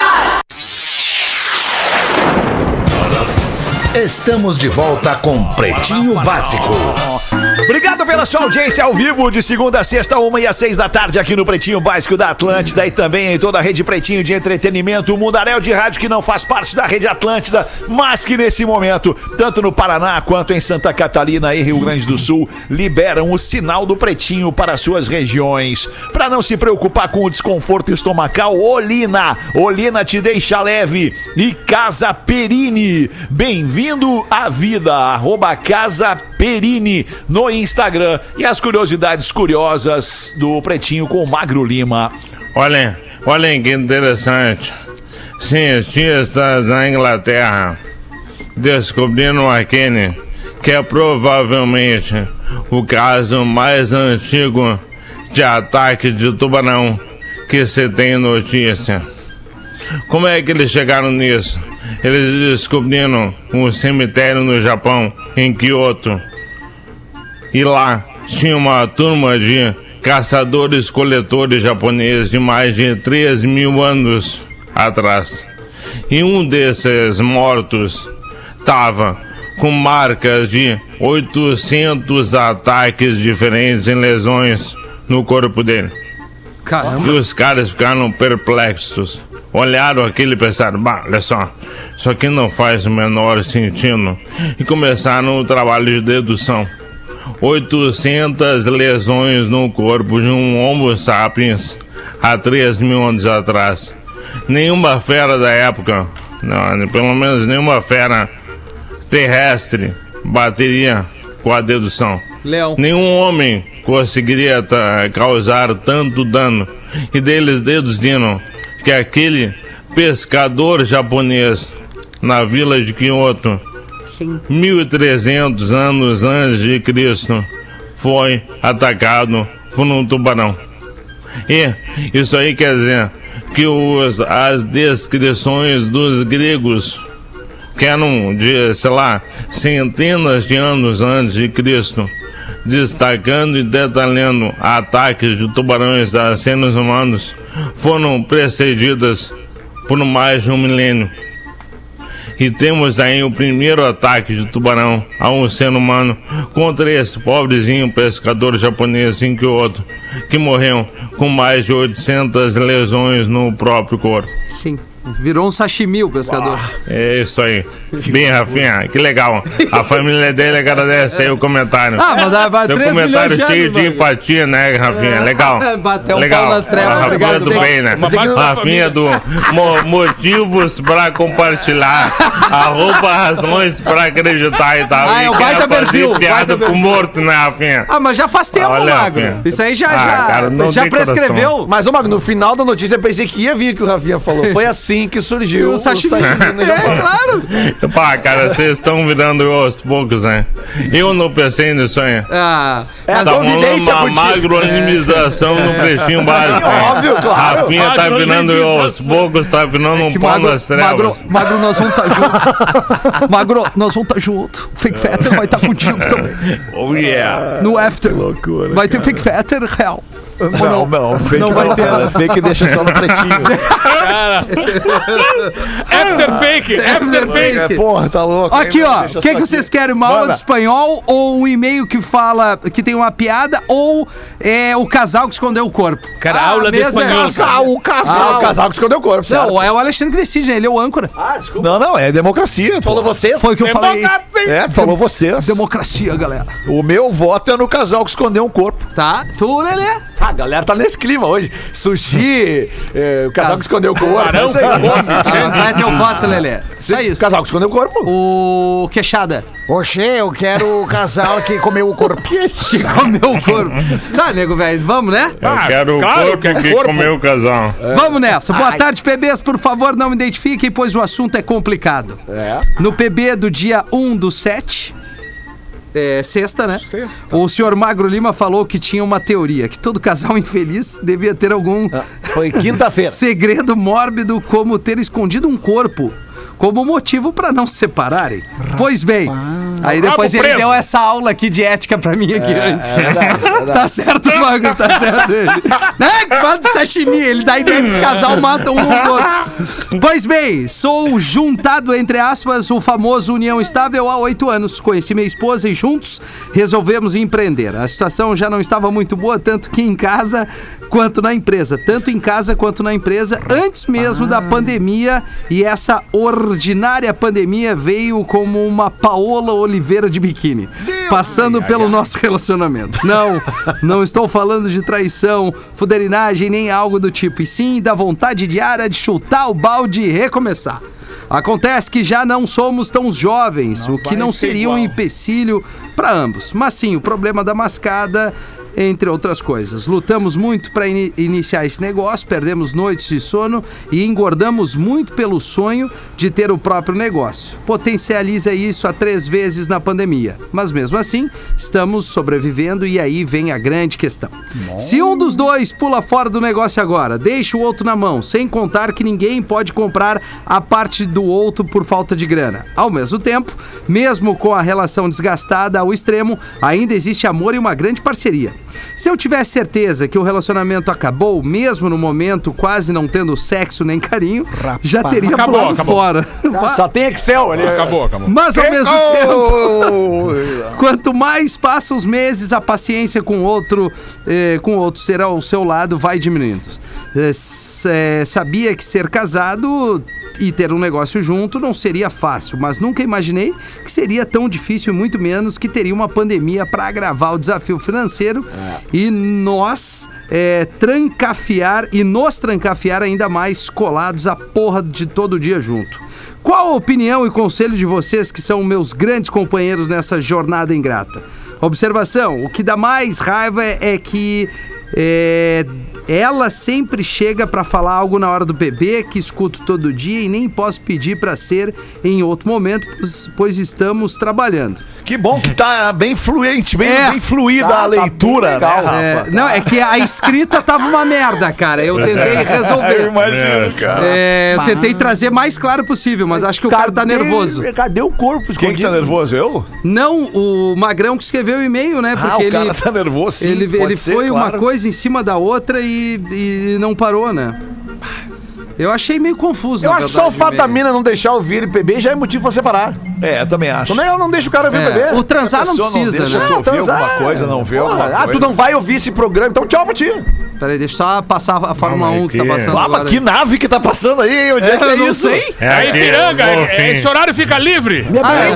Estamos de volta com Pretinho Básico. Obrigado pela sua audiência ao vivo de segunda a sexta, 1 e às 6 da tarde aqui no Pretinho Básico da Atlântida e também em toda a rede Pretinho de entretenimento, o mundaréu de rádio que não faz parte da rede Atlântida, mas que nesse momento, tanto no Paraná quanto em Santa Catarina e Rio Grande do Sul, liberam o sinal do Pretinho para suas regiões. Para não se preocupar com o desconforto estomacal, Olina te deixa leve. E Casa Perini, bem-vindo à vida, @Casa Perini no Instagram. E as curiosidades curiosas do Pretinho com o Magro Lima. Olhem que interessante. Cientistas na Inglaterra descobriram aquele que é provavelmente o caso mais antigo de ataque de tubarão que se tem notícia. Como é que eles chegaram nisso? Eles descobriram um cemitério no Japão, em Kyoto. E lá tinha uma turma de caçadores-coletores japoneses de mais de 3.000 anos atrás. E um desses mortos estava com marcas de 800 ataques diferentes em lesões no corpo dele. Caramba. E os caras ficaram perplexos. Olharam aquilo e pensaram, olha só, isso aqui não faz o menor sentido. E começaram o trabalho de dedução. 800 lesões no corpo de um Homo sapiens há 3.000 anos atrás. Nenhuma fera da época, não, pelo menos nenhuma fera terrestre bateria com a dedução. Leão. Nenhum homem conseguiria causar tanto dano. E deles deduziram que aquele pescador japonês na vila de Kyoto, 1.300 anos antes de Cristo, foi atacado por um tubarão. E isso aí quer dizer que as descrições dos gregos, que eram de, sei lá, centenas de anos antes de Cristo, destacando e detalhando ataques de tubarões a seres humanos, foram precedidas por mais de um milênio. E temos aí o primeiro ataque de tubarão a um ser humano contra esse pobrezinho pescador japonês em Kyoto, que morreu com mais de 800 lesões no próprio corpo. Sim. Virou um sashimi o pescador. É isso aí. Bem, Rafinha, que legal. A família dele agradece aí o comentário. Mas dá Seu 3 comentário milhões cheio de empatia, né, Rafinha? Legal. Bateu um legal. pau nas trevas. A Rafinha Obrigado, do sim. bem, né? Rafinha do motivos pra compartilhar. @razões pra acreditar e tal. É o E baita quer fazer perfil. piada com morto, né, Rafinha? Mas já faz tempo, Olha, Magro. Rafinha. Isso aí Cara, não já tem prescreveu. coração. Mas, ô Magno, no final da notícia eu pensei que ia vir o que o Rafinha falou. Foi assim que surgiu O sashimi. Claro. Pá, cara, vocês estão virando aos poucos, né? Eu não pensei nisso aí. É a Tá rolando convivência uma contigo. magroanimização no pretinho básico. Óbvio, claro. Rafinha tá virando aos poucos, tá virando um pau nas trevas. Magro, nós vamos estar juntos. Magro, nós vamos estar juntos. O Fake Fetter vai estar contigo também. Oh yeah. No After. Vai ter Fake Fetter real. Não, fake Não vai ter. Fake deixa só no pretinho. After fake. After fake. Porra, tá louco. Aqui, hein, ó. deixa O que só vocês aqui. querem? Uma aula Manda. de espanhol ou um e-mail que fala que tem uma piada ou o casal que escondeu o corpo? Cara, Ah, aula de mesa- espanhol. O casal. O casal que escondeu o corpo, certo? Não, é o Alexandre que decide, né? Ele é o âncora. Não, é democracia. Falou Pô. vocês? Foi o que eu falei. É, falou vocês. Democracia, galera. O meu voto é no casal que escondeu um corpo. Tá? Tu, Lelê? A galera tá nesse clima hoje. Sushi, o casal que escondeu o corpo. Barão é isso aí. Vai ter o voto, Lelê. Só isso. Casal que escondeu o corpo. O Queixada. Oxê, eu quero o casal que comeu o corpo. Que comeu o corpo. Tá, nego, velho. Vamos, né? Eu quero claro o corpo que é que corpo. comeu o casal. Vamos nessa. Boa tarde, PBs. Por favor, não me identifiquem, pois o assunto é complicado. No PB do dia 1/7, sexta, né? O senhor Magro Lima falou que tinha uma teoria, que todo casal infeliz devia ter algum Foi quinta-feira. segredo mórbido, como ter escondido um corpo como motivo pra não se separarem. Pois bem, aí depois Rabo ele preso. deu essa aula aqui de ética pra mim aqui antes. verdade. Tá certo, Magro, tá certo ele. Né? Fala do sashimi, ele dá ideia que esse casal mata um aos outros. Pois bem, sou juntado, entre aspas, o famoso união estável há 8 anos. Conheci minha esposa e juntos resolvemos empreender. A situação já não estava muito boa, tanto que em casa quanto na empresa. Tanto em casa quanto na empresa, antes mesmo da pandemia. E essa ordinária pandemia veio como uma Paola Oliveira de biquíni, passando pelo nosso relacionamento. Não estou falando de traição, fuderinagem, nem algo do tipo, e sim da vontade diária de chutar o balde e recomeçar. Acontece que já não somos tão jovens, o que não seria um empecilho para ambos. Mas sim, o problema da mascada, entre outras coisas. Lutamos muito para iniciar esse negócio, perdemos noites de sono e engordamos muito pelo sonho de ter o próprio negócio. Potencializa isso a 3 vezes na pandemia. Mas mesmo assim, estamos sobrevivendo e aí vem a grande questão. Se um dos dois pula fora do negócio agora, deixa o outro na mão, sem contar que ninguém pode comprar a parte do outro por falta de grana. Ao mesmo tempo, mesmo com a relação desgastada ao extremo, ainda existe amor e uma grande parceria. Se eu tivesse certeza que o relacionamento acabou, mesmo no momento quase não tendo sexo nem carinho, já teria Acabou, pulado acabou. fora. Só tem Excel ali. Acabou. Mas ao mesmo tempo, quanto mais passam os meses, a paciência com o outro ser ao seu lado vai diminuindo. Sabia que ser casado e ter um negócio junto não seria fácil, mas nunca imaginei que seria tão difícil e muito menos que teria uma pandemia para agravar o desafio financeiro e nos trancafiar ainda mais colados a porra de todo dia junto. Qual a opinião e conselho de vocês que são meus grandes companheiros nessa jornada ingrata? Observação, o que dá mais raiva é que ela sempre chega pra falar algo na hora do bebê, que escuto todo dia e nem posso pedir pra ser em outro momento, pois estamos trabalhando. Que bom que tá bem fluente, bem fluida Tá, a leitura, tá bem legal. né, Rafa? Não, é que a escrita tava uma merda, cara. Eu tentei resolver. Eu imagino, cara. Eu tentei trazer mais claro possível, mas acho que o cara tá nervoso. Cadê o corpo Quem que tá nervoso? Eu? Não, o Magrão que escreveu o e-mail, né? Porque O cara tá nervoso, sim. ele pode ser, foi claro. uma coisa em cima da outra e não parou, né? Eu achei meio confuso, Eu na acho que só o verdade, fato da e-mail. mina não deixar ouvir PB já é motivo pra separar. É, eu também acho. Como é que ela não deixa o cara ouvir É, PB? o transar A não pessoa precisa, deixa né? tu ouvir transar, alguma coisa, não vê alguma coisa. Tu não vai ouvir esse programa, então tchau pra ti. Peraí, deixa eu só passar a Fórmula Calma aí, 1 que tá que- passando Ah, agora. mas que nave que tá passando aí? Onde é que Eu é não isso? sei. É Aí, aqui, Piranga, golfinho. esse horário fica livre.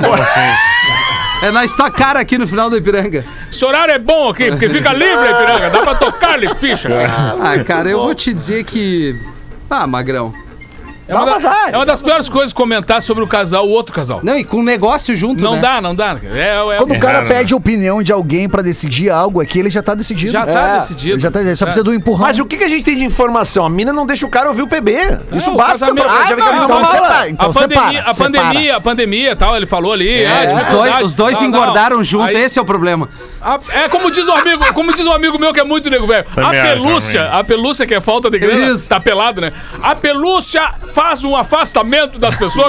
É na Stock Car aqui no final do Ipiranga. Esse horário é bom aqui, porque fica livre, Piranga. Dá pra tocar ali, ficha. Ah, cara, eu vou te dizer que... Ah, Magrão. É uma das piores coisas comentar sobre o outro casal. Não, e com negócio junto, Não né? dá, não dá. Quando o cara Errado, pede a opinião de alguém pra decidir algo aqui, ele já tá decidido. Já tá decidido. Ele já tá, ele só precisa do empurrão. Mas o que a gente tem de informação? A mina não deixa o cara ouvir o PB. Isso o basta casamento- pra já ver que Ah, a mina não, não então fala. separa. Então a pandemia, tal, ele falou ali. Os dois engordaram junto, Aí- esse é o problema. É como diz um amigo meu que é muito nego velho. Também acho, A pelúcia que é falta de grana, Isso. tá pelado, né? A pelúcia faz um afastamento das pessoas.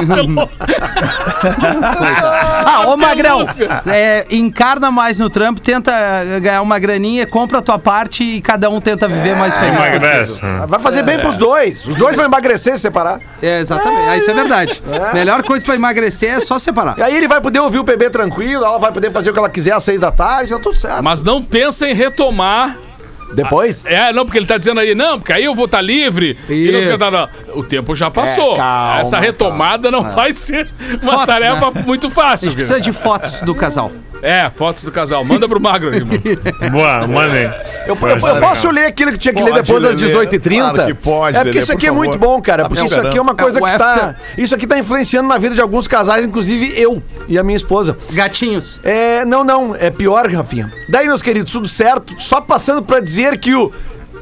Ô Magrão, Pelúcia. encarna mais no trampo, tenta ganhar uma graninha, compra a tua parte e cada um tenta viver mais feliz Emagrece. possível. Vai fazer bem pros dois. Os dois vão emagrecer se separar. Exatamente, isso é verdade. Melhor coisa pra emagrecer é só separar. E aí ele vai poder ouvir o PB tranquilo, ela vai poder fazer o que ela quiser às 6 da tarde, tá tudo certo. Mas não pensa em retomar. Depois? Não, porque ele tá dizendo aí, não, porque aí eu vou estar livre. E não sei o que, não. O tempo já passou. calma, Essa retomada não vai ser uma Fotos, tarefa né? muito A fácil. gente precisa de fotos do casal. Fotos do casal. Manda pro Magro aí, mano. Boa, mandem. Eu posso ler aquilo que tinha que ler Pode depois das ler, 18h30? claro que pode, porque Lelê, isso aqui por é muito favor. bom, cara. Tá Porque isso esperando. aqui é uma coisa o que tá. after. Isso aqui tá influenciando na vida de alguns casais, inclusive eu e a minha esposa. Gatinhos. Não. É pior, Rafinha. Daí, meus queridos, tudo certo. Só passando pra dizer que o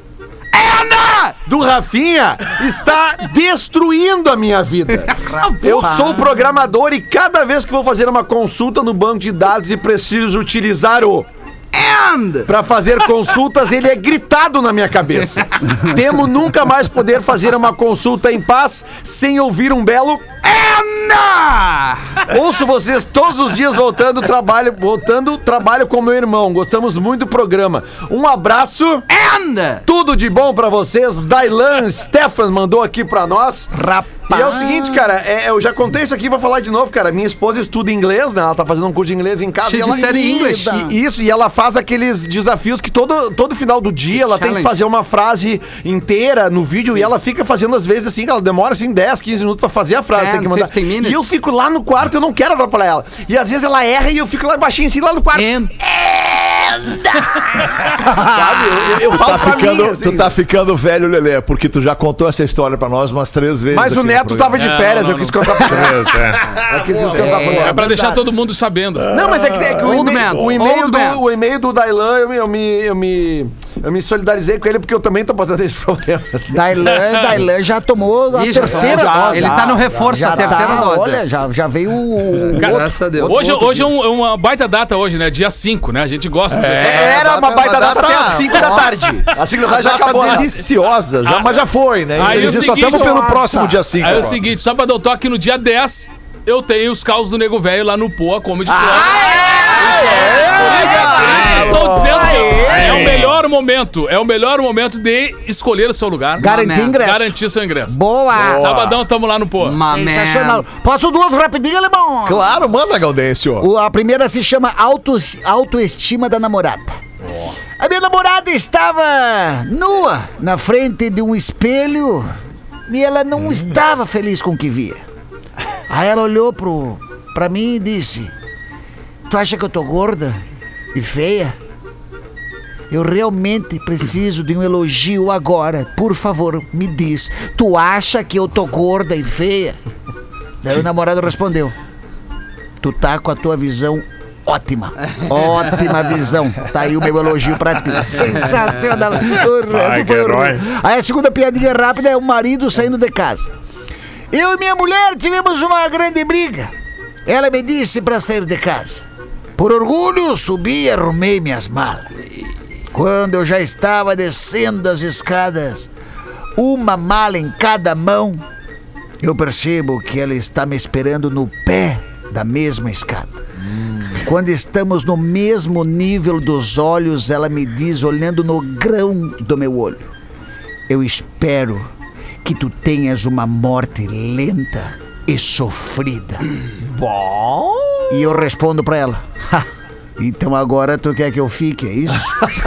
do Rafinha está destruindo a minha vida. Eu sou programador e cada vez que vou fazer uma consulta no banco de dados e preciso utilizar o para fazer consultas, ele é gritado na minha cabeça. Temo nunca mais poder fazer uma consulta em paz sem ouvir um belo Ouço vocês todos os dias voltando trabalho com meu irmão. Gostamos muito do programa. Um abraço. Tudo de bom pra vocês. Dailan Stefan mandou aqui pra nós. E é o seguinte, cara, eu já contei isso aqui, vou falar de novo, cara. Minha esposa estuda inglês, né? Ela tá fazendo um curso de inglês em casa. She's E ela studying English. e ela faz aqueles desafios que todo final do dia ela tem que fazer uma frase inteira no vídeo. E ela fica fazendo às vezes assim, ela demora assim 10, 15 minutos pra fazer a frase. Tem que mandar. 15 minutes. E eu fico lá no quarto, eu não quero atrapalhar ela. E às vezes ela erra e eu fico lá baixinho assim, lá no quarto. Sabe? Eu falo pra mim, assim. Tu tá ficando velho, Lelê, porque tu já contou essa história pra nós umas 3 vezes. Mas o aqui no Neto programa. tava de férias, não, eu quis contar pra ele. É pra deixar todo mundo sabendo. Não, mas é que Old man. o e-mail do Dailan, eu me solidarizei com ele porque eu também tô passando esse problema. Dailan já tomou a Ih, já terceira tomou, dose. ele tá no reforço, a terceira dose. Olha, já veio o. Graças a Deus. Hoje é uma baita data hoje, né? Dia 5, né? A gente gosta dessa. Era uma baita data até às 5 da tarde. Às 5 da tarde já acabou. Tá deliciosa, mas já foi, né? Aí o Só seguinte, estamos pelo próximo dia 5. Aí é o seguinte, só pra dar o toque, no dia 10, eu tenho os caos do Nego Velho lá no Poa Comedy Club. Estou dizendo que é o melhor momento de escolher o seu lugar. Garantir ingresso. Garantir seu ingresso. Boa! Sabadão, tamo lá no Poa. Sensacional. Posso duas rapidinho, alemão? Claro, manda, Gaudêncio. A primeira se chama Autoestima da Namorada. A minha namorada estava nua na frente de um espelho e ela não estava feliz com o que via. Aí ela olhou pra mim e disse: "Tu acha que eu tô gorda e feia? Eu realmente preciso de um elogio agora. Por favor, me diz. Tu acha que eu tô gorda e feia?" Daí o namorado respondeu: "Tu tá com a tua visão ótima. Ótima visão. Tá aí o meu elogio pra ti." Sensacional. O Ai, resto que foi herói. horrível. Aí a segunda piadinha rápida é o marido saindo de casa. "Eu e minha mulher tivemos uma grande briga. Ela me disse pra sair de casa. Por orgulho, subi e arrumei minhas malas. Quando eu já estava descendo as escadas, uma mala em cada mão, eu percebo que ela está me esperando no pé da mesma escada. Quando estamos no mesmo nível dos olhos, ela me diz, olhando no grão do meu olho: eu espero que tu tenhas uma morte lenta e sofrida. Bom. E eu respondo pra ela: então agora tu quer que eu fique, é isso?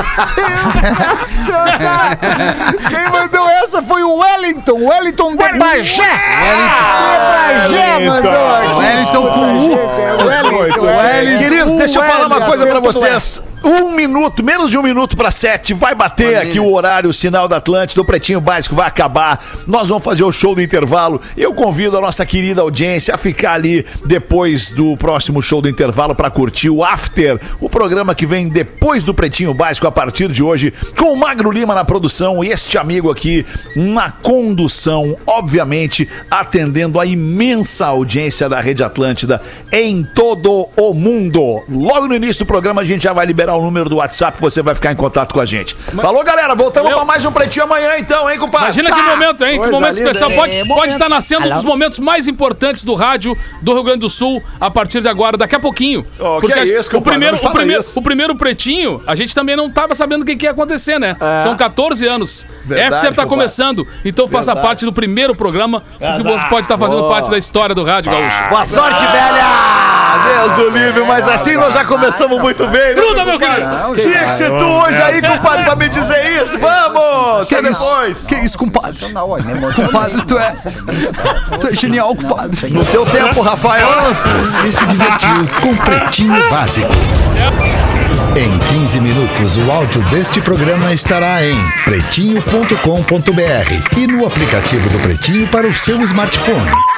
Quem mandou essa foi o Wellington de Bagé. Bagé mandou aqui. Wellington com U. Queridos, deixa eu falar uma coisa pra vocês. 1 minuto, menos de 1 minuto para 7, vai bater aqui o horário, o sinal da Atlântida, o Pretinho Básico vai acabar, nós vamos fazer o show do intervalo. Eu convido a nossa querida audiência a ficar ali depois do próximo show do intervalo para curtir o After, o programa que vem depois do Pretinho Básico a partir de hoje, com o Magro Lima na produção e este amigo aqui na condução, obviamente atendendo a imensa audiência da Rede Atlântida em todo o mundo. Logo no início do programa a gente já vai liberar o número do WhatsApp, você vai ficar em contato com a gente. Falou, galera, voltamos pra mais um Pretinho amanhã então, hein, compadre? Imagina que momento, hein? Que momento especial. Pode estar nascendo um dos momentos mais importantes do rádio do Rio Grande do Sul a partir de agora, daqui a pouquinho. Porque é isso, o primeiro Pretinho, a gente também não tava sabendo o que ia acontecer, né? São 14 anos. Verdade, After tá começando, então faça parte do primeiro programa, porque você pode estar fazendo parte da história do rádio, Gaúcho. Boa sorte, velha! Deus o livre, mas assim nós já começamos muito bem, né? Gruda, meu querido! Tinha que ser tu hoje aí, compadre, pra me dizer isso. Vamos! Até depois! Que isso, compadre? Compadre, tu é genial, compadre. No teu tempo, Rafael. Você se divertiu com Pretinho Básico. Em 15 minutos, o áudio deste programa estará em pretinho.com.br e no aplicativo do Pretinho para o seu smartphone.